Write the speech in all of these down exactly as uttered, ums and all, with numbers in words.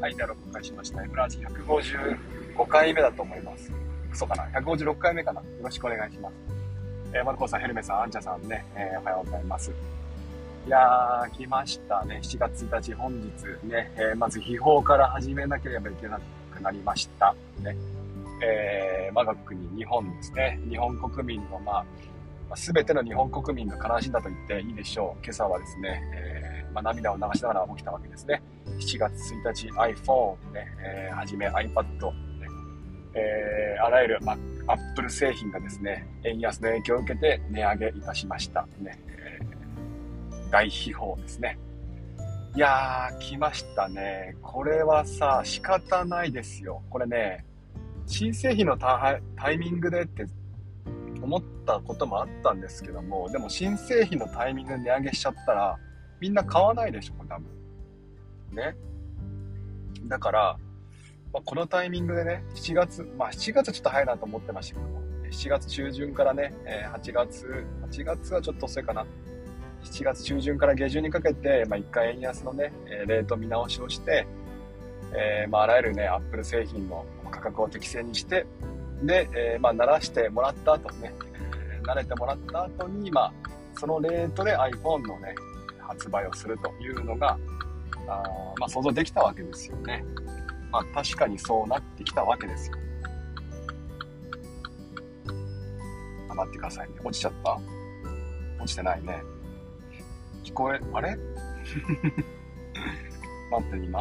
はい、では録音しました。エムラジひゃくごじゅうごかいめだと思います。嘘かな ?ひゃくごじゅうろっかいめかな。よろしくお願いします。えー、マルコさん、ヘルメさん、アンチャさんね、えー、おはようございます。いやー、来ましたね。しちがつついたち、本日ね、えー、まず秘宝から始めなければいけなくなりました。ね。えー、我が国、日本ですね。日本国民の、まあ、すべての日本国民の悲しんだと言っていいでしょう。今朝はですね、えーまあ、涙を流しながら起きたわけですね。しちがつついたち iPhone ね、えー、はじめ iPad、ねえー、あらゆる、まあ、Apple 製品がですね、円安の影響を受けて値上げいたしました。ねえー、大秘宝ですね。いやー、来ましたね。これはさ、仕方ないですよ。これね、新製品のタイミングでって思ったこともあったんですけども、でも新製品のタイミングで値上げしちゃったら、みんな買わないでしょ、これ多分。ね。だから、まあ、このタイミングでね、しちがつ、まあしちがつはちょっと早いなと思ってましたけども、しちがつ中旬からね、はちがつ、はちがつはちょっと遅いかな。しちがつ中旬から下旬にかけて、まあ、一回円安のね、レート見直しをして、えー、まあ、あらゆるね、Apple 製品の価格を適正にして、で、えー、まあ、慣らしてもらった後ね、えー、慣れてもらった後に、まあ、そのレートで iPhone のね、発売をするというのが、あまあ、想像できたわけですよね。まあ、確かにそうなってきたわけですよ。あ、待ってくださいね。落ちちゃった？落ちてないね。聞こえ、あれ待って、今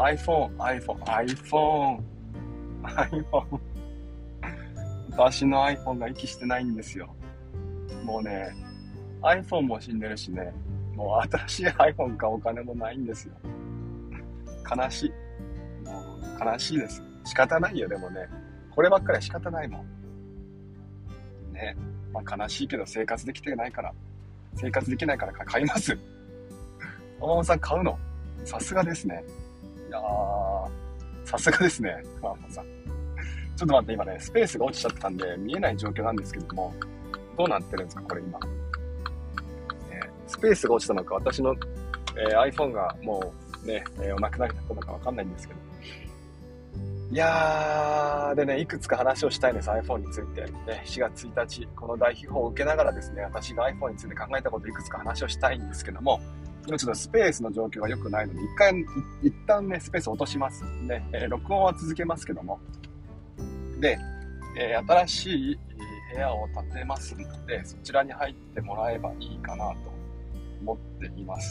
iPhone、iPhone、iPhone、iPhone。私の iPhone が息してないんですよ。もうね、iPhone も死んでるしね、もう新しい iPhone 買うお金もないんですよ。悲しい。もう悲しいです。仕方ないよ、でもね。こればっかりは仕方ないもん。ね。まあ悲しいけど生活できてないから、生活できないから買います。おままさん買うの？さすがですね。いやー、さすがですね、おままさん。ちょっと待って、今ね、スペースが落ちちゃったんで、見えない状況なんですけども、どうなってるんですか、これ今。えー、スペースが落ちたのか、私の、えー、iPhone がもうね、えー、お亡くなりだったのかわかんないんですけど。いやー、でね、いくつか話をしたいんです、iPhone について。ね、しがつついたち、この大秘宝を受けながらですね、私が iPhone について考えたこといくつか話をしたいんですけども、今ちょっとスペースの状況が良くないので、一回、一旦ね、スペースを落とします。ね、えー、録音は続けますけども。で、えー、新しい部屋を建てますので、そちらに入ってもらえばいいかなと思っています。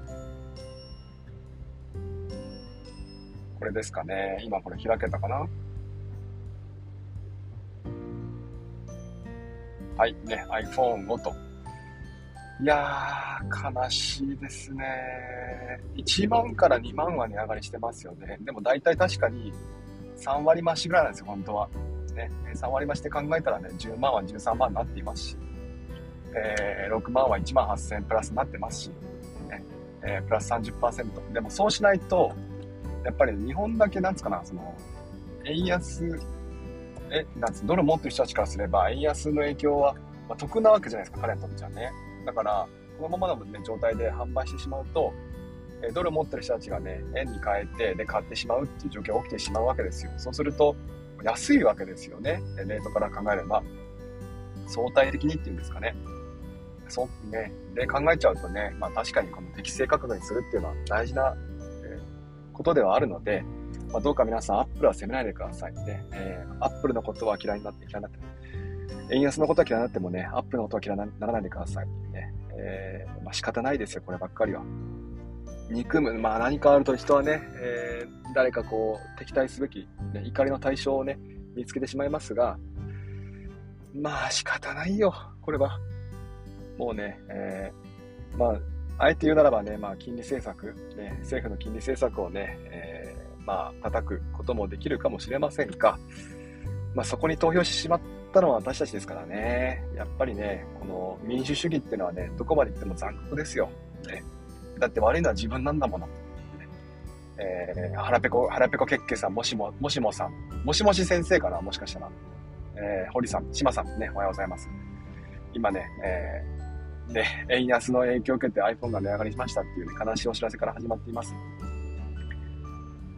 これですかね。今これ開けたかな？はいね、アイフォン ごと。いやー、悲しいですね。いちまんからにまんは値上がりしてますよね。でも大体確かにさんわり増しぐらいなんですよ、本当は。ね、さんわり増しで考えたらね、じゅうまんはじゅうさんまんになっていますし、えー、ろくまんはいちまんはっせんえんプラスになってますし、ねえー、プラス さんじゅっパーセント。でもそうしないと、やっぱり日本だけなんつかな、その、円安、え、なんつドル持ってる人たちからすれば、円安の影響は、まあ、得なわけじゃないですか、彼にとってはね。だから、このままの、ね、状態で販売してしまうと、えドル持ってる人たちがね、円に変えて、で、買ってしまうっていう状況が起きてしまうわけですよ。そうすると、安いわけですよね。レートから考えれば。相対的にっていうんですかね。そうね。で、考えちゃうとね、まあ確かにこの適正価格にするっていうのは大事な、えー、ことではあるので、まあ、どうか皆さん、アップルは責めないでくださいね。えー、アップルのことは嫌いになって、嫌いになって、円安のことは嫌いになってもね、アップルのことは嫌いにならないでください。ね。えー、まあ仕方ないですよ、こればっかりは。憎む、まあ何かあると人はね、えー、誰かこう、敵対すべき、ね、怒りの対象をね、見つけてしまいますが、まあ仕方ないよ、これは。もうね、えー、まあ、あえて言うならばね、まあ金利政策、ね、政府の金利政策をね、えー、まあ叩くこともできるかもしれませんが、まあそこに投票してしまったのは私たちですからね、やっぱりね、この民主主義っていうのはね、どこまで行っても残酷ですよ。ね、だって悪いのは自分なんだもの。えー、腹ペコ、腹ペコケッケさん、もしも、もしもさん、もしもし先生かな、もしかしたら。えー、堀さん、島さんね、おはようございます。今ね、えー、ね、円安の影響を受けて iPhone が値上がりしましたっていうね、悲しいお知らせから始まっています。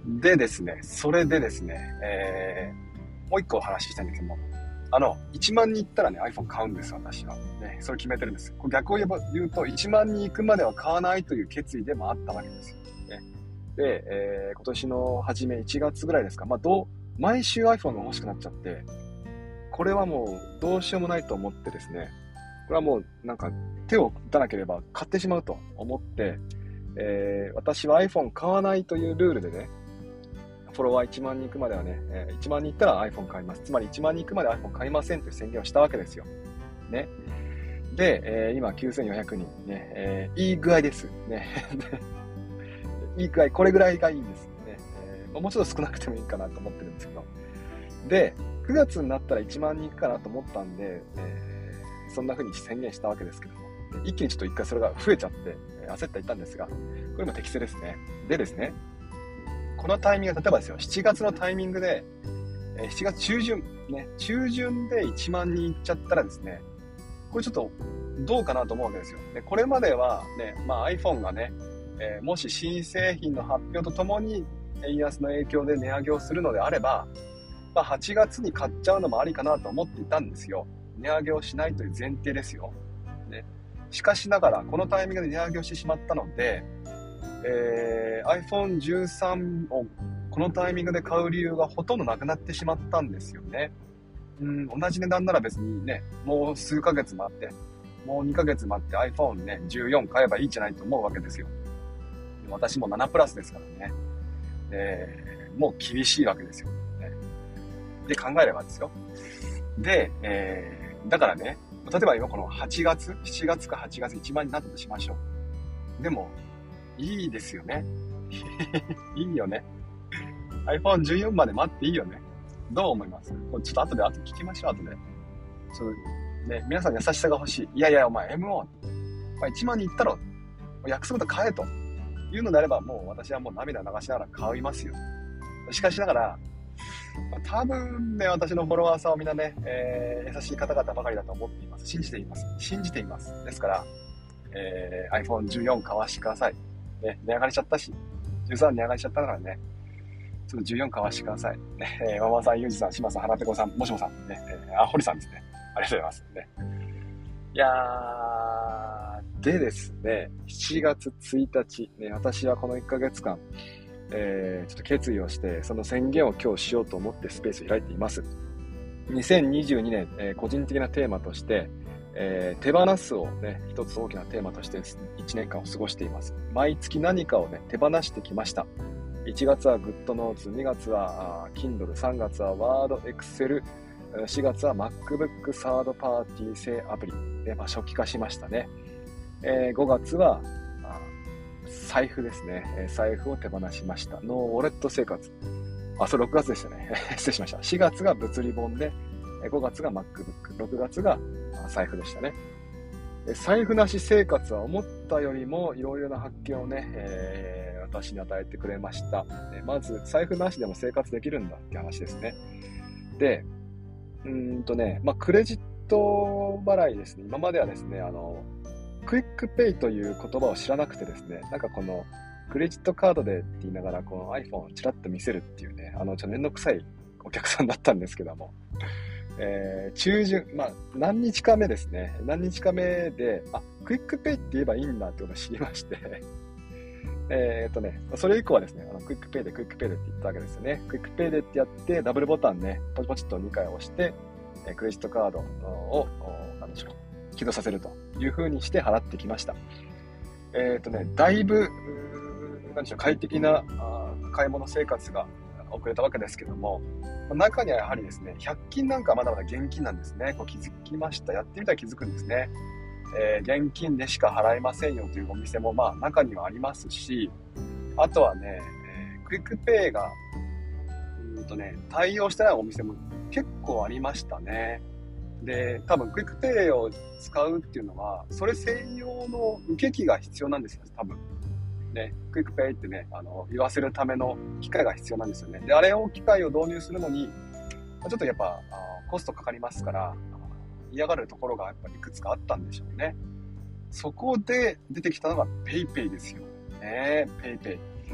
でですね、それでですね、えー、もう一個お話ししたいんですけども、あの、いちまん人いったらね、iPhone 買うんです、私は。ね、それ決めてるんです。これ逆を言えば言うと、いちまん人行くまでは買わないという決意でもあったわけですよ。ね、で、えー、今年の初めいちがつぐらいですか、まあ、どう、毎週 iPhone が欲しくなっちゃって、これはもうどうしようもないと思ってですね、これはもうなんか手を打たなければ買ってしまうと思って、えー、私は iPhone 買わないというルールでね、フォロワーいちまん人行くまではね、えー、いちまん人行ったら iPhone 買います。つまりいちまん人行くまで iPhone 買いませんという宣言をしたわけですよ。ね。で、えー、今きゅうせんよんひゃくにんね、えー、いい具合です。ね。いい具合、これぐらいがいいんですね。えー、もうちょっと少なくてもいいかなと思ってるんですけど。で、くがつになったらいちまん人行くかなと思ったんで、えー、そんな風に宣言したわけですけども、一気にちょっと一回それが増えちゃって、焦ってはいたんですが、これも適正ですね。でですね、このタイミング、例えばですよ、しちがつのタイミングで、しちがつ中旬、ね、中旬でいちまん人いっちゃったらですね、これちょっとどうかなと思うわけですよ。で、これまではね、まあ iPhone がね、えー、もし新製品の発表とともに円安の影響で値上げをするのであれば、まあ、はちがつに買っちゃうのもありかなと思っていたんですよ。値上げをしないという前提ですよ。ね、しかしながら、このタイミングで値上げをしてしまったので、えー、アイフォンじゅうさん をこのタイミングで買う理由がほとんどなくなってしまったんですよね。うん、同じ値段なら別にね、もう数ヶ月待って、もうにかげつ待って アイフォン ね、じゅうよん買えばいいんじゃないと思うわけですよ。私もななプラスですからね。えー、もう厳しいわけですよ。ね、で考えればですよ。で、えー、だからね、例えば今このはちがつ、しちがつかはちがついちまんになったとしましょう。でも、いいですよね。いいよね。アイフォンじゅうよん まで待っていいよね。どう思います？これちょっと後で後で聞きましょう、後で。そう、ね、皆さん優しさが欲しい。いやいや、お前 エムオー、まあ、いちまんに行ったろ。約束と買えと。いうのであれば、もう私はもう涙流しながら買いますよ。しかしながら、まあ、多分ね、私のフォロワーさんはみんなね、えー、優しい方々ばかりだと思っています。信じています。信じています。ですから、えー、アイフォンじゅうよん 買わしてください。ね、値上がりしちゃったし、じゅうさん値上がりしちゃったからね、ちょっとじゅうよん買わしてください。ね、えー、ママさん、ユージさん、シマさん、花ペコさん、もしもさん、ね、えー、あ、堀さんですね。ありがとうございます。ね、いやー、でですね、しちがつついたち、ね、私はこのいっかげつかん、えー、ちょっと決意をして、その宣言を今日しようと思ってスペースを開いています。にせんにじゅうにねん、えー、個人的なテーマとして、えー、手放すをね、一つ大きなテーマとしていちねんかんを過ごしています。毎月何かをね、手放してきました。いちがつは GoodNotes、にがつは Kindle、さんがつは Word、Excel、しがつは MacBook サードパーティー製アプリで、まあ、初期化しましたね。えー、ごがつは財布ですね。財布を手放しました。ノーウォレット生活。あ、それろくがつでしたね。失礼しました。しがつが物理本で、ごがつが MacBook、ろくがつが財布でしたね。財布なし生活は思ったよりもいろいろな発見をね、えー、私に与えてくれました。まず、財布なしでも生活できるんだって話ですね。で、うーんとね、まあ、クレジット払いですね。今まではですね、あの、クイックペイという言葉を知らなくてですね、なんかこの、クレジットカードでって言いながら、この iPhone をちらっと見せるっていうね、あの、ちょっとめんどくさいお客さんだったんですけども、えー、中旬、まあ、何日か目ですね。何日か目で、あ、クイックペイって言えばいいんだってことを知りまして、えっとね、それ以降はですね、あのクイックペイでクイックペイでって言ったわけですよね。クイックペイでってやって、ダブルボタンね、ポチポチっとにかい押して、クレジットカードを、なんでしょう、起動させるという風にして払ってきました。えっとね、だいぶ、なんでしょう、快適な買い物生活が遅れたわけですけども、中にはやはりですね、ひゃく均なんかはまだまだ現金なんですね。こう気づきました。やってみたら気づくんですね。えー、現金でしか払えませんよというお店もまあ中にはありますし、あとはね、えー、クイックペイがうんとね、対応してないお店も結構ありましたね。で、多分クイックペイを使うっていうのは、それ専用の受け機が必要なんですよ、多分。ね、クイックペイってね、あの、言わせるための機械が必要なんですよね。で、あれを機械を導入するのに、ちょっとやっぱ、コストかかりますから、嫌がるところがやっぱりいくつかあったんでしょうね。そこで出てきたのが PayPay ですよ。ね、PayPay。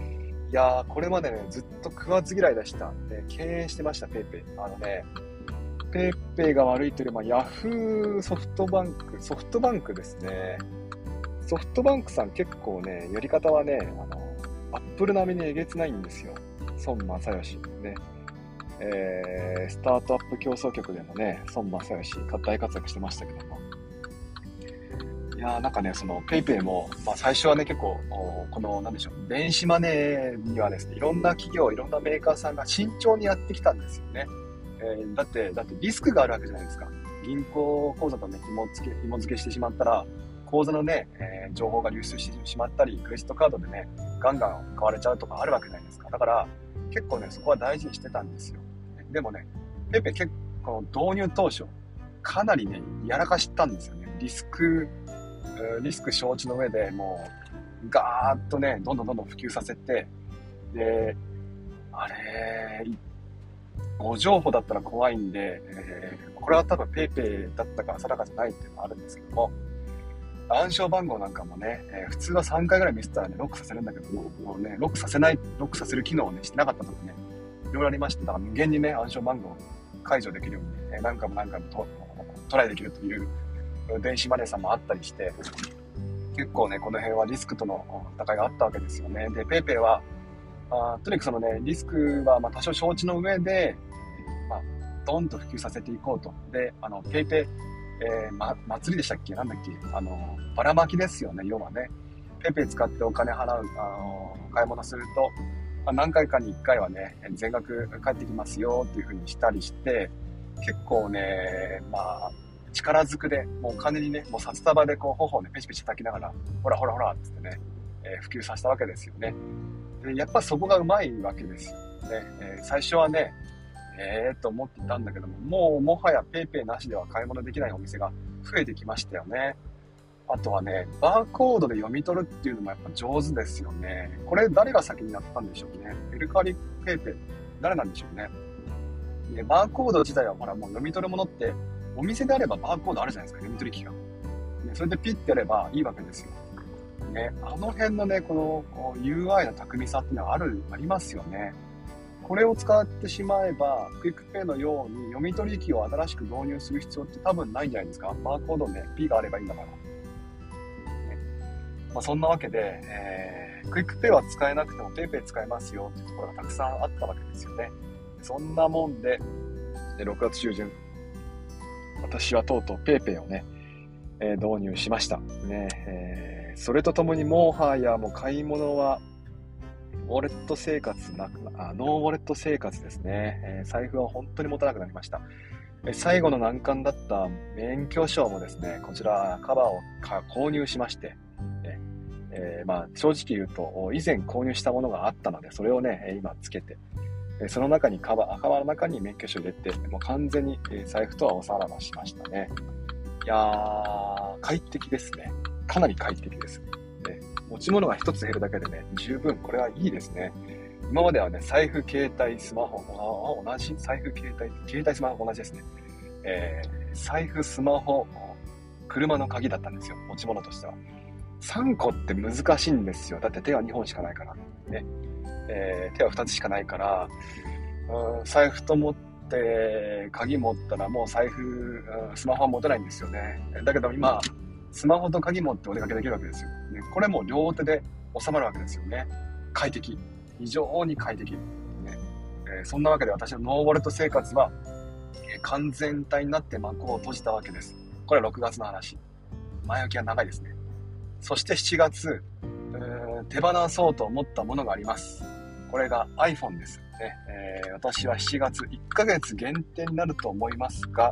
いやー、これまでね、ずっと食わず嫌いでした。で、敬遠してました、ペイペイ。あのね、ペイペイが悪いというよりも、ヤフーソフトバンク、ソフトバンクですね。ソフトバンクさん結構ね、やり方はね、あの、アップル並みにえげつないんですよ。孫正義。ね。えー、スタートアップ競争局でもね、孫正義、大活躍してましたけども。いやーなんかね、そのペイペイも、まあ最初はね、結構、この、なんでしょう、電子マネーにはですね、いろんな企業、いろんなメーカーさんが慎重にやってきたんですよね。えー、だって、だってリスクがあるわけじゃないですか。銀行口座とね、紐付け、紐付けしてしまったら、口座のね、えー、情報が流出してしまったり、クレジットカードでね、ガンガン買われちゃうとかあるわけじゃないですか。だから、結構ね、そこは大事にしてたんですよ。でもね、ペイペイ結構導入当初、かなりね、やらかしたんですよね。リスク、リスク承知の上でもう、ガーッとね、どんどんどんどん普及させて、で、あれ、誤情報だったら怖いんで、えー、これは多分ペイペイだったから定かじゃないっていうのはあるんですけども、暗証番号なんかもね、えー、普通はさんかいぐらいミスったらね、ロックさせるんだけども、もうね、ロックさせない、ロックさせる機能をね、してなかったとかね、いろいろありまして、だから無限にね、暗証番号を解除できるようにね、何回も何回もトトライできるという電子マネーさんもあったりして、結構ね、この辺はリスクとの戦いがあったわけですよね。で、ペイペイは、あとにかくそのね、リスクはまあ多少承知の上で、まあ、ドンと普及させていこうと。で、あの、ペイペイ、えー、ま、祭りでしたっけなんだっけあの、ばらまきですよね、要はね。ペイペイ使ってお金払う、あの、買い物すると、まあ、何回かにいっかいはね、全額返ってきますよっていう風にしたりして、結構ね、まあ、力ずくで、もうお金にね、もう札束でこう、頬をね、ペチペチ叩きながら、ほらほらほら、つってね、えー、普及させたわけですよね。で、やっぱそこがうまいわけですよね。えー、最初はね、えーと思っていたんだけども、もうもはやペイペイなしでは買い物できないお店が増えてきましたよね。あとはね、バーコードで読み取るっていうのもやっぱ上手ですよね。これ誰が先にやったんでしょうね。メルカリペイペイ、誰なんでしょうね。で、バーコード自体はほらもう読み取るものって、お店であればバーコードあるじゃないですか、読み取り機が。ね、それでピッてやればいいわけですよ。ね、あの辺のね、このこう ユーアイ の巧みさっていうのはある、ありますよね。これを使ってしまえば、クイックペイのように読み取り機を新しく導入する必要って多分ないんじゃないですか。バーコードね、P があればいいんだから。ね、まあ、そんなわけで、えー、クイックペイは使えなくても PayPay 使えますよっていうところがたくさんあったわけですよね。そんなもんで、ろくがつ中旬、私はとうとう PayPay をね、えー、導入しました。ねえー、それとともにもはやもう買い物はウォレット生活なく、あ、ノーウォレット生活ですね、えー。財布は本当に持たなくなりました。えー、最後の難関だった免許証もですね、こちらカバーを購入しまして、ええー、まあ正直言うと以前購入したものがあったので、それをね、今つけて、その中にカバー、カバーの中に免許証を入れて、もう完全に財布とはおさらばしましたね。いやー、快適ですね。かなり快適です。ね、持ち物が一つ減るだけでね、十分これはいいですね。今まではね、財布、携帯、スマホ、あ、同じ財布、携帯、携帯、スマホ同じですね。えー、財布、スマホ、車の鍵だったんですよ。持ち物としては。さんこって難しいんですよ。だって手はにほんしかないから。ね。えー、手はふたつしかないから、うん、財布と持って鍵持ったらもう財布、うん、スマホは持てないんですよね。だけど今スマホと鍵持ってお出かけできるわけですよ、ね、これも両手で収まるわけですよね。快適、非常に快適、ねえー、そんなわけで私のノーウォレット生活は、えー、完全体になって幕を閉じたわけです。これはろくがつの話。前置きは長いですね。そしてしちがつ、手放そうと思ったものがあります。これが iPhone です、ねえー、私はしちがついっかげつ限定になると思いますが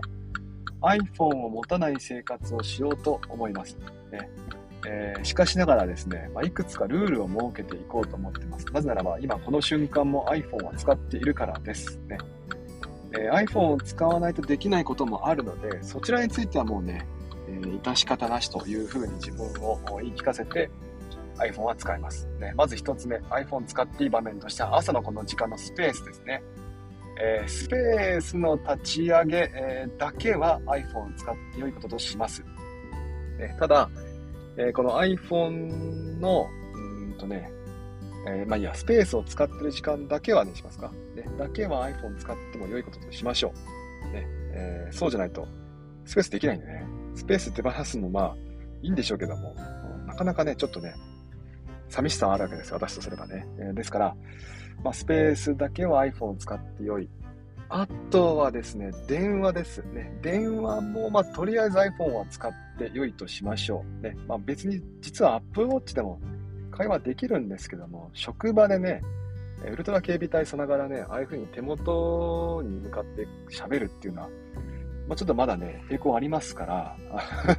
iPhone を持たない生活をしようと思います、ねえー、しかしながらですね、まあ、いくつかルールを設けていこうと思っています。なぜならば今この瞬間も iPhone は使っているからですね、えー、iPhone を使わないとできないこともあるので、そちらについてはもうね、えー、致し方なしというふうに自分を言い聞かせてiPhone は使います、ね、まず一つ目、 iPhone 使っていい場面としては朝のこの時間のスペースですね、えー、スペースの立ち上げ、えー、だけは iPhone を使って良いこととします、ね、ただ、えー、この iPhone のうーんとねえー、まあいいや、スペースを使ってる時間だけはね、しますか。ね、だけは iPhone 使っても良いこととしましょう。ね、えー、そうじゃないと、スペースできないんでね。スペース手放すのまあ、いいんでしょうけども、なかなかね、ちょっとね、寂しさはあるわけですよ、私とすればね。えー、ですから、まあ、スペースだけは iPhone を使って良い。あとはですね、電話ですね。電話も、まあ、とりあえず iPhone は使って良いとしましょう。ね、まあ、別に、実は Apple Watch でも会話できるんですけども、職場でね、ウルトラ警備隊さながらね、ああいう風に手元に向かって喋るっていうのは、まあ、ちょっとまだね、抵抗ありますから、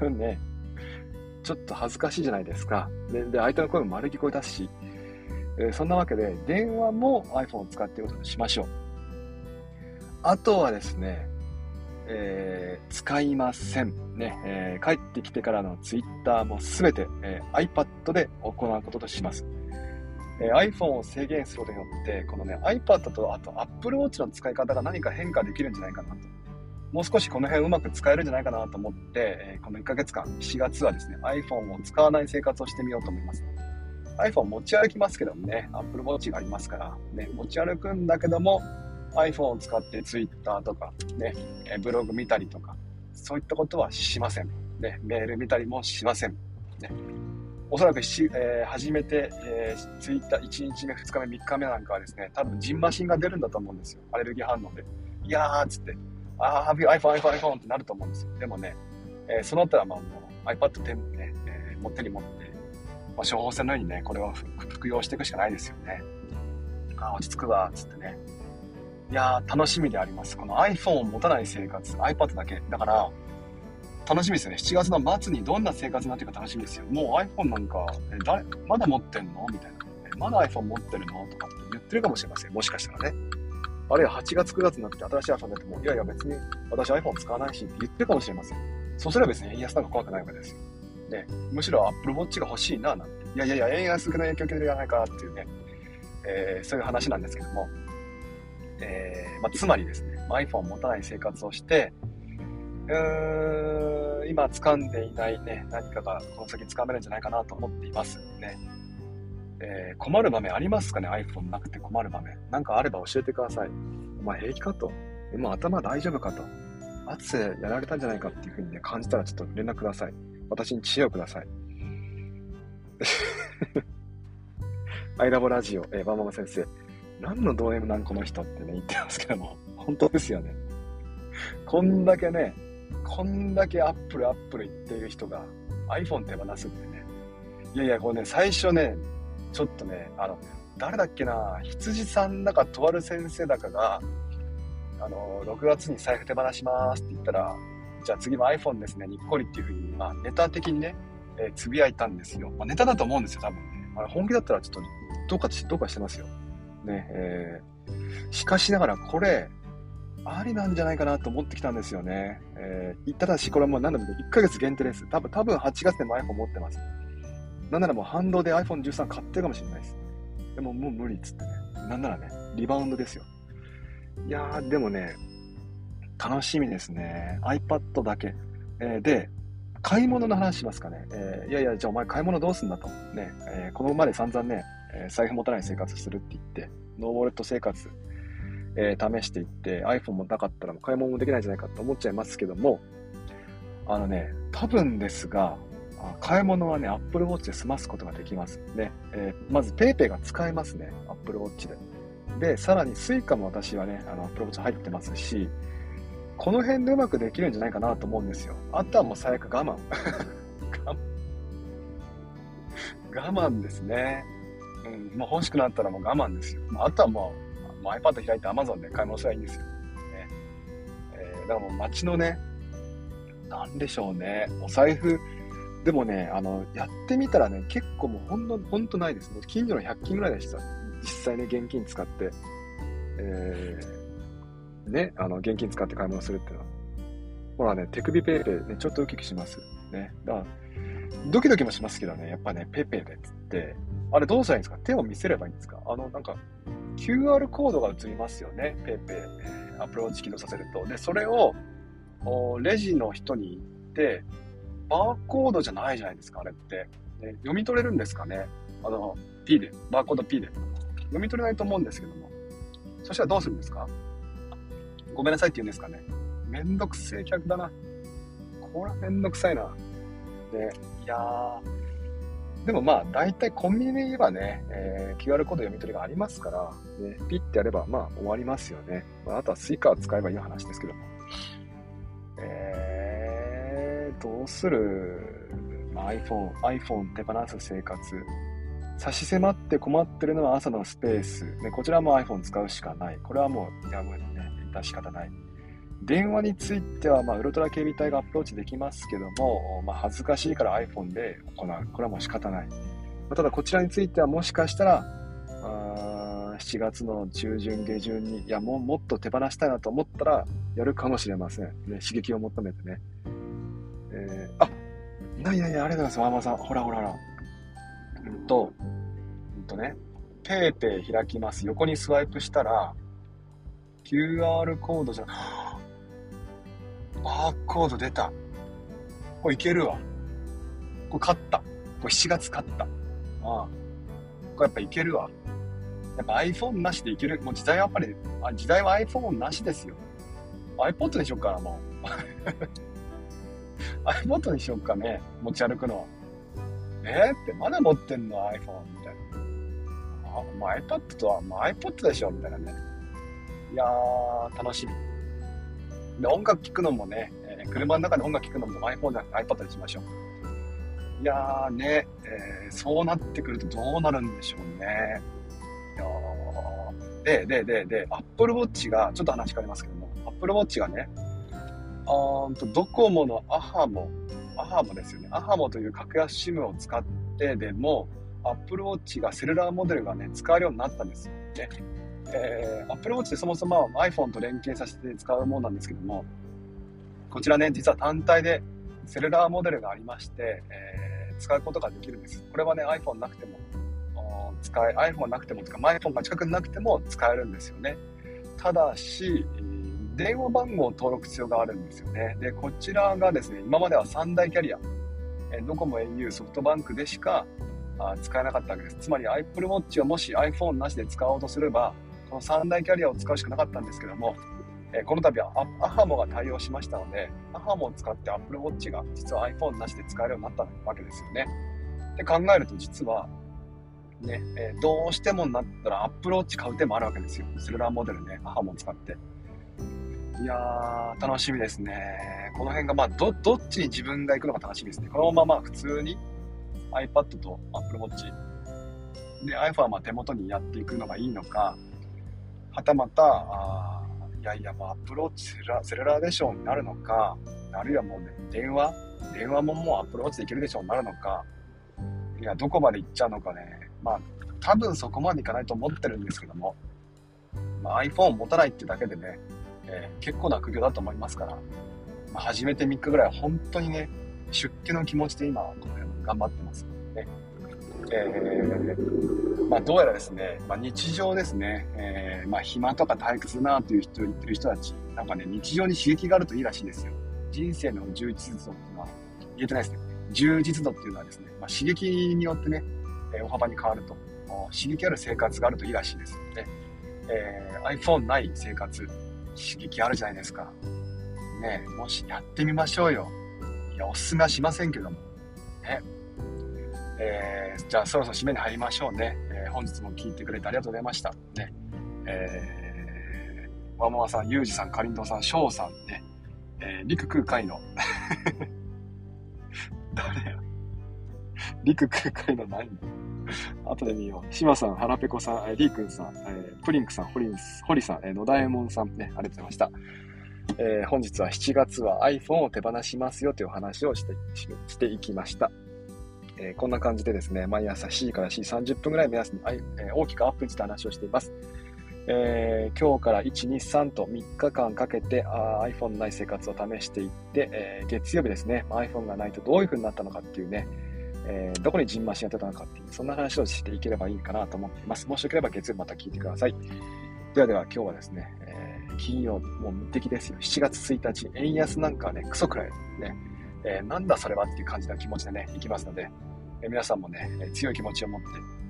ね、ちょっと恥ずかしいじゃないですか。で、で相手の声も丸聞こえだし、えー、そんなわけで、電話も iPhone を使っていることにしましょう。あとはですね、えー、使いません。ね、えー、帰ってきてからの Twitter もすべて、えー、iPad で行うこととします。えー、iPhone を制限することによって、このね、iPad とあと Apple Watch の使い方が何か変化できるんじゃないかなと。もう少しこの辺うまく使えるんじゃないかなと思って、えー、このいっかげつかん、しがつはですね、iPhone を使わない生活をしてみようと思います。iPhone 持ち歩きますけどもね、Apple Watch がありますから、ね、持ち歩くんだけども、iPhone を使って Twitter とか、ね、ブログ見たりとか、そういったことはしません。ね、メール見たりもしません。ね、おそらくし、えー、初めて、えー、Twitter いちにちめ、ふつかめ、みっかめなんかはですね、多分ジンマシンが出るんだと思うんですよ。アレルギー反応で。いやーっつって、あー、iPhone、iPhone、iPhone ってなると思うんですよ。でもね、えー、その後はまあもう iPad 手、ねえー、もう手に持って、まあ、処方箋のようにね、これを服用していくしかないですよね。あー、落ち着くわ、つってね。いやー、楽しみであります。この iPhone を持たない生活、iPad だけ。だから、楽しみですよね。しちがつの末にどんな生活になっていくか楽しみですよ。もう iPhone なんか、え誰まだ持ってんのみたいな。えまだ iPhone 持ってるのとかって言ってるかもしれません。もしかしたらね。あるいははちがつくがつになって新しい iPhone 出ても、いやいや別に私 iPhone 使わないしって言ってるかもしれません。そうすれば別に円安なんか怖くないわけですよ。で、むしろ Apple Watch が欲しいななんて。いやいやいや、円安の影響を受けてるじゃないかっていうね、えー、そういう話なんですけども。えーまあ、つまりですね、iPhone を持たない生活をして、うーん、今掴んでいないね、何かがこの先掴めるんじゃないかなと思っていますね。えー、困る場面ありますかね？ iPhone なくて困る場面。なんかあれば教えてください。お前平気かと。もう頭大丈夫かと。圧やられたんじゃないかっていう風にね、感じたらちょっと連絡ください。私に知恵をください。アイラボラジオ、えー、バンバン先生。何のド M なんこの人ってね、言ってますけども、本当ですよね。こんだけね、こんだけアップルアップル言っている人が iPhone 手放すってね。いやいや、これね、最初ね、ちょっとね、あの、誰だっけな、羊さんだかとある先生だかが、あの、ろくがつに財布手放しますって言ったら、じゃあ次も iPhone ですね、にっこりっていう風に、まあ、ネタ的にね、えー、つぶやいたんですよ。まあ、ネタだと思うんですよ、多分ね。あれ本気だったらちょっと、どうか、どうかしてますよ。ね、えー、しかしながらこれ、ありなんじゃないかなと思ってきたんですよね。えー、ただし、これはもう何でもいっかげつ限定です。多分、多分はちがつでも iPhone 持ってます。なんならもう反動で アイフォンじゅうさん 買ってるかもしれないです。でももう無理っつってね。なんならね、リバウンドですよ。いやー、でもね、楽しみですね。iPad だけ。えー、で、買い物の話しますかね。えー、いやいや、じゃあお前買い物どうすんだと。ね、えー、このまで散々ね、えー、財布持たない生活するって言って、ノーウォレット生活、えー、試していって iPhone もなかったら買い物もできないんじゃないかと思っちゃいますけども、あのね、多分ですが、買い物はね、Apple Watch で済ますことができますね。えー、まず PayPay が使えますね、Apple Watch で。で、さらに Suica も私はね、あの Apple Watch 入ってますし、この辺でうまくできるんじゃないかなと思うんですよ。あとはもう最悪我慢。我慢ですね。うん、もう欲しくなったらもう我慢ですよ。あとはもう、もう iPad 開いて Amazon で買い物すればいいんですよ。ねえー、だからもう街のね、なんでしょうね、お財布、でもね、あの、やってみたらね、結構もうほんの、ほんとないです。近所のひゃく均ぐらいでした。実際ね、現金使って、えー、ね、あの、現金使って買い物するっていうのは。ほらね、手首ペイペイね、ちょっとウキウキします。ね。だから、ドキドキもしますけどね、やっぱね、ペイペイでっつって、あれどうしたらいいんですか？手を見せればいいんですか？あの、なんか、キューアール コードが映りますよね、ペイペイ。えー、アプローチ起動させると。で、それを、レジの人に言って、バーコードじゃないじゃないですか、あれって。ね、読み取れるんですかね。 あの、P で、バーコード P で。読み取れないと思うんですけども。そしたらどうするんですか？ごめんなさいって言うんですかね。めんどくせえ客だな。これはめんどくさいな。で、いやー、でもまあ、大体コンビニで言えばね、えー、キューアール コード読み取りがありますから、ね、ピッてやればまあ終わりますよね。まあ、あとはスイカを使えばいい話ですけども。えー、どうする？ iPhone、iPhone 手放す生活。差し迫って困ってるのは朝のスペース。ね、こちらも iPhone 使うしかない。これはもうやむね、致し方ない。電話については、まあ、ウルトラ警備隊がアプローチできますけども、まあ、恥ずかしいから iPhone で行う。これはもう仕方ない。まあ、ただこちらについてはもしかしたら、あしちがつの中旬下旬に、いやもうもっと手放したいなと思ったらやるかもしれません。ね、刺激を求めてね。えー、あ、ないないない、ありがとうございます、ママさん。ほらほらほら。うんと、うんとね、ペイペイ開きます。横にスワイプしたら、キューアール コードじゃ、バーコード出た。これいけるわ。これ勝った。これしちがつ勝った。ああ。これやっぱいけるわ。やっぱ iPhone なしでいける。もう時代はやっぱり、あ、時代は iPhone なしですよ。iPod にしよっかな、もう。iPod にしよっかね。持ち歩くの。えー、って、まだ持ってんの iPhone みたいな。あ、もう iPad とは、もう iPod でしょみたいなね。いやー、楽しみ。で、音楽聴くのもね、えー、車の中で音楽聴くのも iPhone じゃなくて iPad にしましょう。いやーね、えー、そうなってくるとどうなるんでしょうね。いやーで、で、で、で、Apple Watch が、ちょっと話変わりますけども、Apple Watch がね、あーんと、ドコモの アハモ、アハモですよね。アハモという格安 SIM を使ってでも、Apple Watch がセルラーモデルがね、使えるようになったんですよね。えー、Apple Watch ってそもそも iPhone と連携させて使うものなんですけども、こちらね、実は単体でセルラーモデルがありまして、えー、使うことができるんです。これはね、iPhone なくても、使え、iPhone なくてもとか、iPhone が近くになくても使えるんですよね。ただし、電話番号を登録必要があるんですよね。で、こちらがですね、今まではさん大キャリア、ドコモ、au、ソフトバンクでしか使えなかったわけです。つまり Apple Watch をもし iPhone なしで使おうとすれば、このさん大キャリアを使うしかなかったんですけども、この度はアハモが対応しましたので、アハモを使って Apple Watch が実は iPhone なしで使えるようになったわけですよね。で考えると実は、ね、えー、どうしてもなったら Apple Watch 買う手もあるわけですよ。セルラーモデルね、アハモを使って。いやー、楽しみですね。この辺が、まあ、ど、どっちに自分が行くのが楽しみですね。このまま普通に iPad と Apple Watch で iPhone はまあ手元にやっていくのがいいのか、はたまた、あいやいや、もう Apple Watch セルラー、セルラーでしょうになるのか、あるいはもうね、電話電話ももう Apple Watch でいけるでしょうになるのか、いや、どこまで行っちゃうのかね。まあ、多分そこまでいかないと思ってるんですけども、まあ、iPhone を持たないってだけでね、えー、結構な苦行だと思いますから、まあ、初めてみっかぐらいは本当にね、出家の気持ちで今、この辺頑張ってますね。えー、まあ、どうやらですね、まあ、日常ですね、えー、まあ、暇とか退屈だなという人言ってる人たち、なんかね、日常に刺激があるといいらしいんですよ。人生の充実度っていうのは、言えてないですね。充実度っていうのはですね、まあ、刺激によってね、えー、大幅に変わると、刺激ある生活があるといいらしいですので、えー、iPhone ない生活、刺激あるじゃないですか。ねえ、もしやってみましょうよ。いや、おすすめはしませんけども。ね。えー、じゃあそろそろ締めに入りましょうね。えー、本日も聞いてくれてありがとうございました。ね。えー、わもわさん、ゆうじさん、かりんとうさん、しょうさん、ね。えー、りくくうかいの。誰やりくくうかいの何後で見よう。しまさん、はらぺこさん、りーくんさん、えー、プリンクさん、ホリンス、ホリさん、えー、のだえもんさん、ね、ありがとうございました。えー、本日はしちがつは iPhone を手放しますよという話をして、していきました。えー、こんな感じでですね、毎朝しちじからしちじさんじゅっぷんぐらい目安に、えー、大きくアップにして話をしています。えー、今日からいち、に、さんとみっかかんかけてあ iPhone のない生活を試していって、えー、月曜日ですね、iPhone がないとどういう風になったのかっていうね、えー、どこにジンマシンやってたのかっていう、そんな話をしていければいいかなと思っています。もしよければ月曜日また聞いてください。ではでは今日はですね、えー、金曜日、もう無敵ですよ。しちがつついたち、円安なんかね、クソくらいね、えー、なんだそれはっていう感じの気持ちでね、いきますので、えー、皆さんもね、強い気持ちを持って、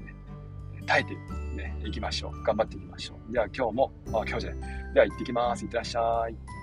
耐えてね、いきましょう。頑張っていきましょう。では今日も、あ、今日じゃない。では行ってきます。いってらっしゃい。